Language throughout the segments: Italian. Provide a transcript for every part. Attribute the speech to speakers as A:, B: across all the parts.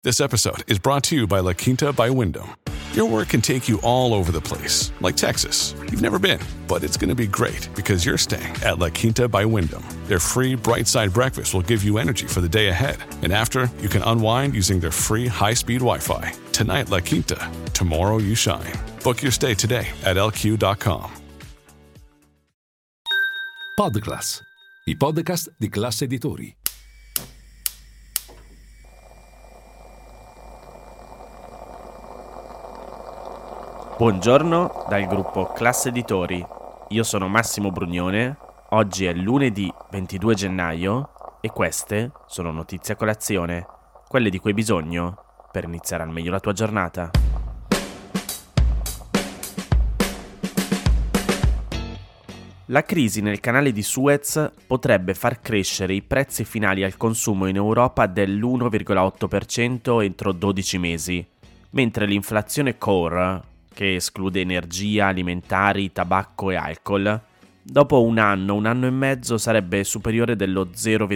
A: This episode is brought to you by La Quinta by Wyndham. Your work can take you all over the place, like Texas. You've never been, but it's going to be great because you're staying at La Quinta by Wyndham. Their free Bright Side breakfast will give you energy for the day ahead. And after, you can unwind using their free high-speed Wi-Fi. Tonight, La Quinta. Tomorrow, you shine. Book your stay today at lq.com.
B: Podclass, i podcast di Classe Editori.
C: Buongiorno dal gruppo Classe Editori, io sono Massimo Brugnone, oggi è lunedì 22 gennaio e queste sono notizie a colazione, quelle di cui hai bisogno per iniziare al meglio la tua giornata. La crisi nel canale di Suez potrebbe far crescere i prezzi finali al consumo in Europa dell'1,8% entro 12 mesi, mentre l'inflazione core, che esclude energia, alimentari, tabacco e alcol, dopo un anno e mezzo sarebbe superiore dello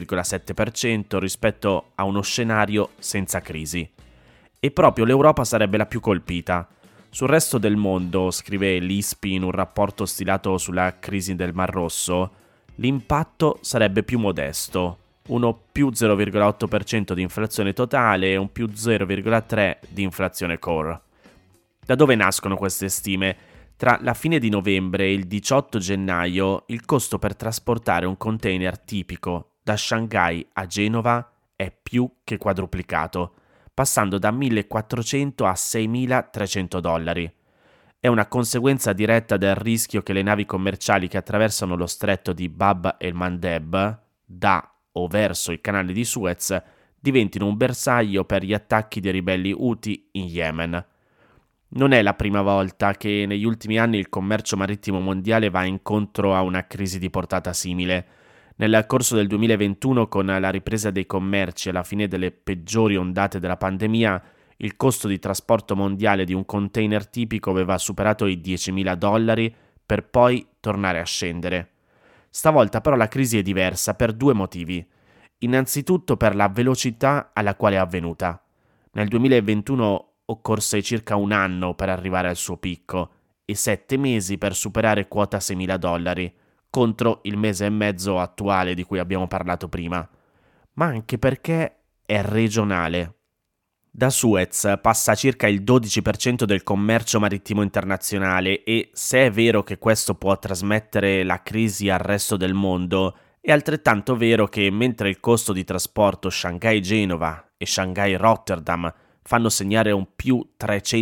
C: 0,7% rispetto a uno scenario senza crisi. E proprio l'Europa sarebbe la più colpita. Sul resto del mondo, scrive l'ISPI in un rapporto stilato sulla crisi del Mar Rosso, l'impatto sarebbe più modesto, uno più 0,8% di inflazione totale e un più 0,3% di inflazione core. Da dove nascono queste stime? Tra la fine di novembre e il 18 gennaio il costo per trasportare un container tipico da Shanghai a Genova è più che quadruplicato, passando da 1.400 a 6.300 dollari. È una conseguenza diretta del rischio che le navi commerciali che attraversano lo stretto di Bab el-Mandeb, da o verso il canale di Suez, diventino un bersaglio per gli attacchi dei ribelli Houthi in Yemen. Non è la prima volta che negli ultimi anni il commercio marittimo mondiale va incontro a una crisi di portata simile. Nel corso del 2021, con la ripresa dei commerci alla fine delle peggiori ondate della pandemia, il costo di trasporto mondiale di un container tipico aveva superato i 10.000 dollari per poi tornare a scendere. Stavolta però la crisi è diversa per due motivi. Innanzitutto per la velocità alla quale è avvenuta. Nel 2021 occorse circa un anno per arrivare al suo picco e 7 mesi per superare quota 6.000 dollari, contro il mese e mezzo attuale di cui abbiamo parlato prima, ma anche perché è regionale. Da Suez passa circa il 12% del commercio marittimo internazionale e, se è vero che questo può trasmettere la crisi al resto del mondo, è altrettanto vero che mentre il costo di trasporto Shanghai-Genova e Shanghai-Rotterdam fanno segnare un più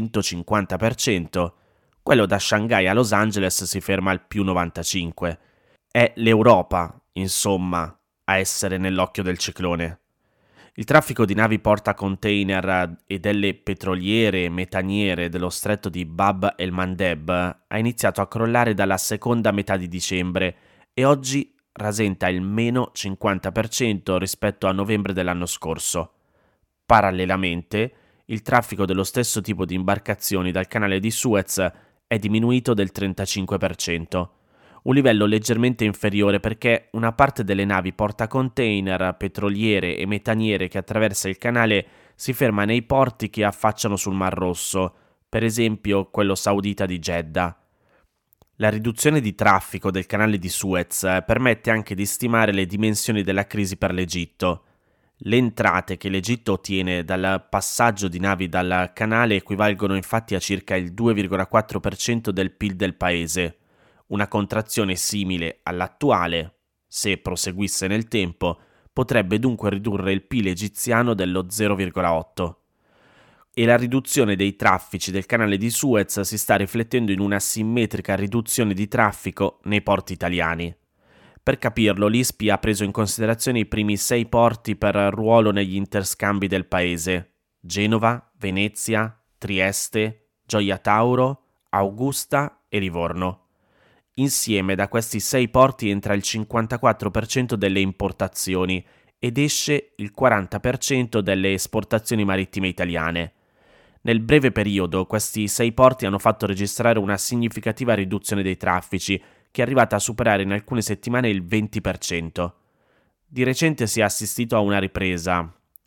C: 350%, quello da Shanghai a Los Angeles si ferma al più 95%. È l'Europa, insomma, a essere nell'occhio del ciclone. Il traffico di navi portacontainer e delle petroliere e metaniere dello stretto di Bab el-Mandeb ha iniziato a crollare dalla seconda metà di dicembre e oggi rasenta il meno 50% rispetto a novembre dell'anno scorso. Parallelamente, il traffico dello stesso tipo di imbarcazioni dal canale di Suez è diminuito del 35%, un livello leggermente inferiore perché una parte delle navi portacontainer, petroliere e metaniere che attraversa il canale si ferma nei porti che affacciano sul Mar Rosso, per esempio quello saudita di Jeddah. La riduzione di traffico del canale di Suez permette anche di stimare le dimensioni della crisi per l'Egitto. Le entrate che l'Egitto ottiene dal passaggio di navi dal canale equivalgono infatti a circa il 2,4% del PIL del paese, una contrazione simile all'attuale, se proseguisse nel tempo, potrebbe dunque ridurre il PIL egiziano dello 0,8%. E la riduzione dei traffici del canale di Suez si sta riflettendo in una simmetrica riduzione di traffico nei porti italiani. Per capirlo, l'ISPI ha preso in considerazione i primi 6 porti per ruolo negli interscambi del paese: Genova, Venezia, Trieste, Gioia Tauro, Augusta e Livorno. Insieme da questi 6 porti entra il 54% delle importazioni ed esce il 40% delle esportazioni marittime italiane. Nel breve periodo questi 6 porti hanno fatto registrare una significativa riduzione dei traffici, che è arrivata a superare in alcune settimane il 20%. Di recente si è assistito a una ripresa, cioè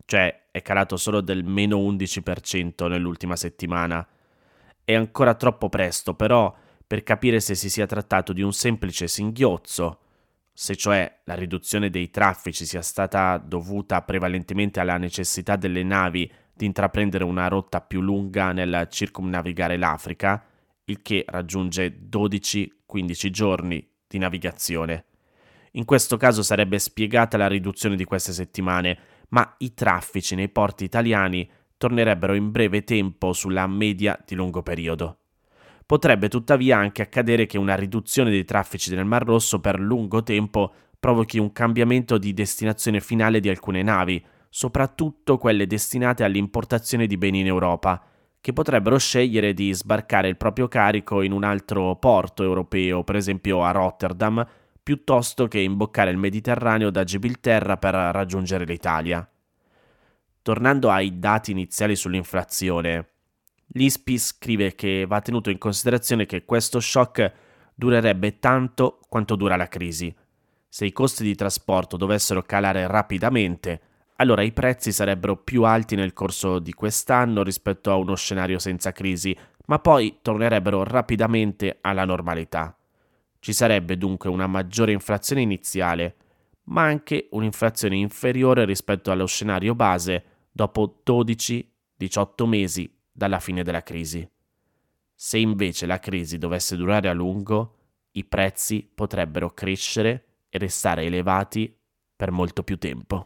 C: è calato solo del meno 11% nell'ultima settimana. È ancora troppo presto, però, per capire se si sia trattato di un semplice singhiozzo, se cioè la riduzione dei traffici sia stata dovuta prevalentemente alla necessità delle navi di intraprendere una rotta più lunga nel circumnavigare l'Africa, il che raggiunge 12-15 giorni di navigazione. In questo caso sarebbe spiegata la riduzione di queste settimane, ma i traffici nei porti italiani tornerebbero in breve tempo sulla media di lungo periodo. Potrebbe tuttavia anche accadere che una riduzione dei traffici nel Mar Rosso per lungo tempo provochi un cambiamento di destinazione finale di alcune navi, soprattutto quelle destinate all'importazione di beni in Europa, che potrebbero scegliere di sbarcare il proprio carico in un altro porto europeo, per esempio a Rotterdam, piuttosto che imboccare il Mediterraneo da Gibilterra per raggiungere l'Italia. Tornando ai dati iniziali sull'inflazione, l'ISPI scrive che va tenuto in considerazione che questo shock durerebbe tanto quanto dura la crisi. Se i costi di trasporto dovessero calare rapidamente, allora i prezzi sarebbero più alti nel corso di quest'anno rispetto a uno scenario senza crisi, ma poi tornerebbero rapidamente alla normalità. Ci sarebbe dunque una maggiore inflazione iniziale, ma anche un'inflazione inferiore rispetto allo scenario base dopo 12-18 mesi dalla fine della crisi. Se invece la crisi dovesse durare a lungo, i prezzi potrebbero crescere e restare elevati per molto più tempo.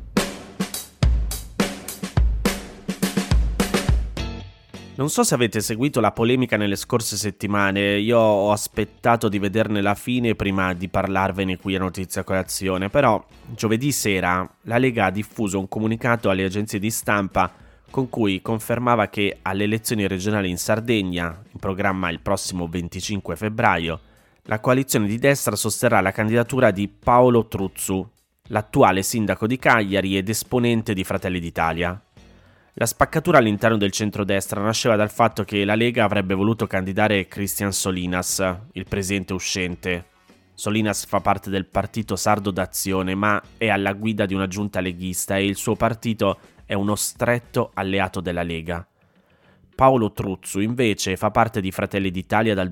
C: Non so se avete seguito la polemica nelle scorse settimane, io ho aspettato di vederne la fine prima di parlarvene qui a Notizia Colazione, però giovedì sera la Lega ha diffuso un comunicato alle agenzie di stampa con cui confermava che alle elezioni regionali in Sardegna, in programma il prossimo 25 febbraio, la coalizione di destra sosterrà la candidatura di Paolo Truzzu, l'attuale sindaco di Cagliari ed esponente di Fratelli d'Italia. La spaccatura all'interno del centrodestra nasceva dal fatto che la Lega avrebbe voluto candidare Christian Solinas, il presidente uscente. Solinas fa parte del partito Sardo d'Azione, ma è alla guida di una giunta leghista e il suo partito è uno stretto alleato della Lega. Paolo Truzzu invece fa parte di Fratelli d'Italia dal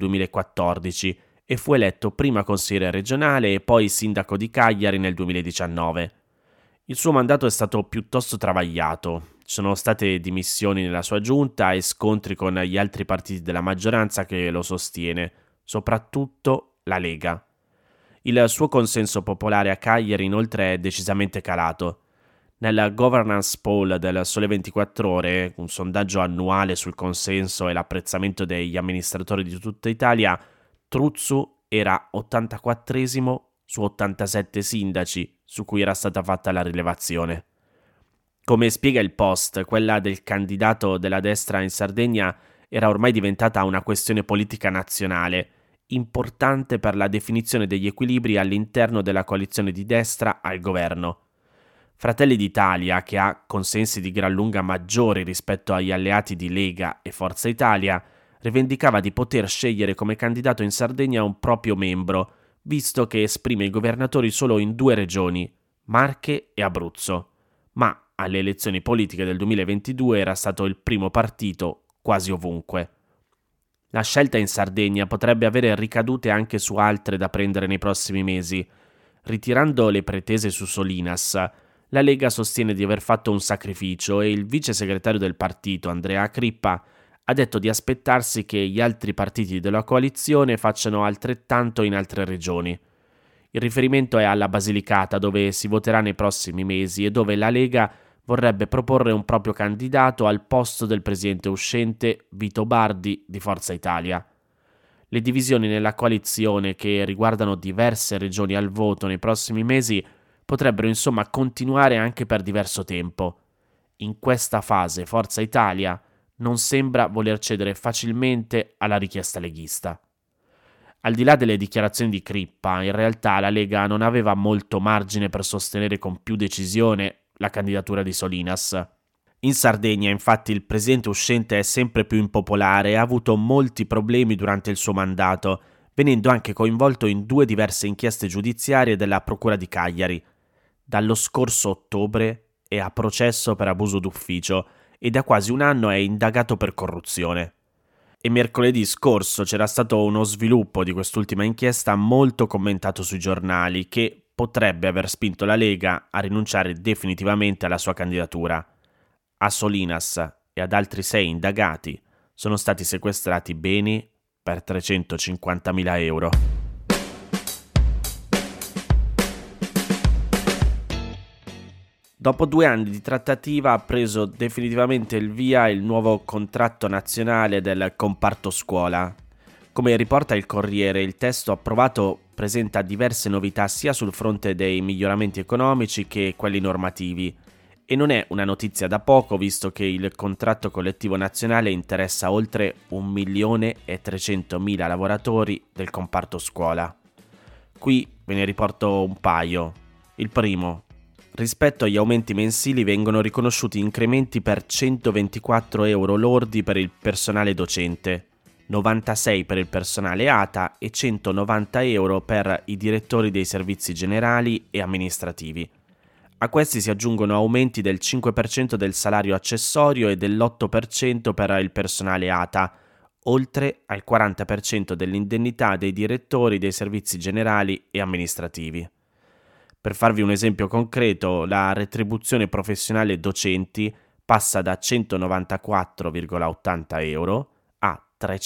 C: 2014 e fu eletto prima consigliere regionale e poi sindaco di Cagliari nel 2019. Il suo mandato è stato piuttosto travagliato. Ci sono state dimissioni nella sua giunta e scontri con gli altri partiti della maggioranza che lo sostiene, soprattutto la Lega. Il suo consenso popolare a Cagliari inoltre è decisamente calato. Nella governance poll del Sole 24 Ore, un sondaggio annuale sul consenso e l'apprezzamento degli amministratori di tutta Italia, Truzzu era 84esimo su 87 sindaci su cui era stata fatta la rilevazione. Come spiega il Post, quella del candidato della destra in Sardegna era ormai diventata una questione politica nazionale, importante per la definizione degli equilibri all'interno della coalizione di destra al governo. Fratelli d'Italia, che ha consensi di gran lunga maggiori rispetto agli alleati di Lega e Forza Italia, rivendicava di poter scegliere come candidato in Sardegna un proprio membro, visto che esprime i governatori solo in 2 regioni, Marche e Abruzzo, ma alle elezioni politiche del 2022 era stato il primo partito quasi ovunque. La scelta in Sardegna potrebbe avere ricadute anche su altre da prendere nei prossimi mesi. Ritirando le pretese su Solinas, la Lega sostiene di aver fatto un sacrificio e il vice segretario del partito, Andrea Crippa, ha detto di aspettarsi che gli altri partiti della coalizione facciano altrettanto in altre regioni. Il riferimento è alla Basilicata, dove si voterà nei prossimi mesi e dove la Lega vorrebbe proporre un proprio candidato al posto del presidente uscente Vito Bardi di Forza Italia. Le divisioni nella coalizione, che riguardano diverse regioni al voto nei prossimi mesi, potrebbero insomma continuare anche per diverso tempo. In questa fase Forza Italia non sembra voler cedere facilmente alla richiesta leghista. Al di là delle dichiarazioni di Crippa, in realtà la Lega non aveva molto margine per sostenere con più decisione la candidatura di Solinas. In Sardegna, infatti, il presidente uscente è sempre più impopolare e ha avuto molti problemi durante il suo mandato, venendo anche coinvolto in 2 diverse inchieste giudiziarie della Procura di Cagliari. Dallo scorso ottobre è a processo per abuso d'ufficio e da quasi un anno è indagato per corruzione. E mercoledì scorso c'era stato uno sviluppo di quest'ultima inchiesta molto commentato sui giornali che potrebbe aver spinto la Lega a rinunciare definitivamente alla sua candidatura. A Solinas e ad altri 6 indagati sono stati sequestrati beni per 350.000 euro. Dopo 2 anni di trattativa ha preso definitivamente il via il nuovo contratto nazionale del comparto scuola. Come riporta il Corriere, il testo approvato presenta diverse novità sia sul fronte dei miglioramenti economici che quelli normativi. E non è una notizia da poco, visto che il contratto collettivo nazionale interessa oltre 1.300.000 lavoratori del comparto scuola. Qui ve ne riporto un paio. Il primo. Rispetto agli aumenti mensili vengono riconosciuti incrementi per 124 euro lordi per il personale docente, 96 per il personale ATA e 190 euro per i direttori dei servizi generali e amministrativi. A questi si aggiungono aumenti del 5% del salario accessorio e dell'8% per il personale ATA, oltre al 40% dell'indennità dei direttori dei servizi generali e amministrativi. Per farvi un esempio concreto, la retribuzione professionale docenti passa da 194,80 euro a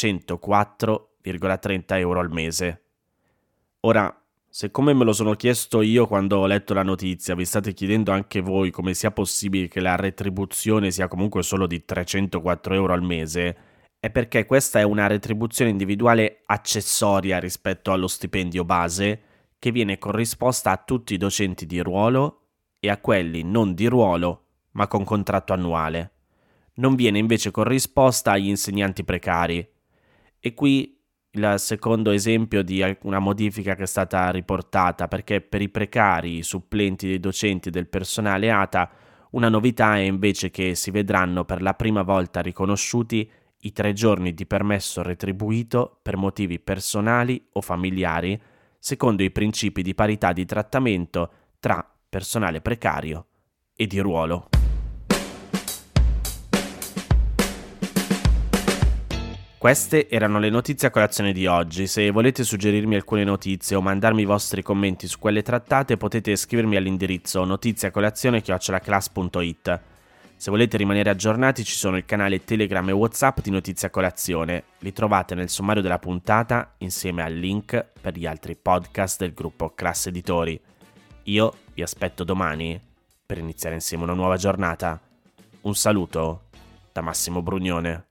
C: 304,30 euro al mese. Ora, se come me lo sono chiesto io quando ho letto la notizia, vi state chiedendo anche voi come sia possibile che la retribuzione sia comunque solo di 304 euro al mese, è perché questa è una retribuzione individuale accessoria rispetto allo stipendio base, che viene corrisposta a tutti i docenti di ruolo e a quelli non di ruolo, ma con contratto annuale. Non viene invece corrisposta agli insegnanti precari. E qui il secondo esempio di una modifica che è stata riportata, perché per i precari, i supplenti dei docenti e del personale ATA, una novità è invece che si vedranno per la prima volta riconosciuti i 3 giorni di permesso retribuito per motivi personali o familiari, secondo i principi di parità di trattamento tra personale precario e di ruolo. Queste erano le notizie a colazione di oggi. Se volete suggerirmi alcune notizie o mandarmi i vostri commenti su quelle trattate, potete scrivermi all'indirizzo notiziacolazione@class.it. Se volete rimanere aggiornati ci sono il canale Telegram e WhatsApp di Notizia Colazione. Li trovate nel sommario della puntata insieme al link per gli altri podcast del gruppo Class Editori. Io vi aspetto domani per iniziare insieme una nuova giornata. Un saluto da Massimo Brugnone.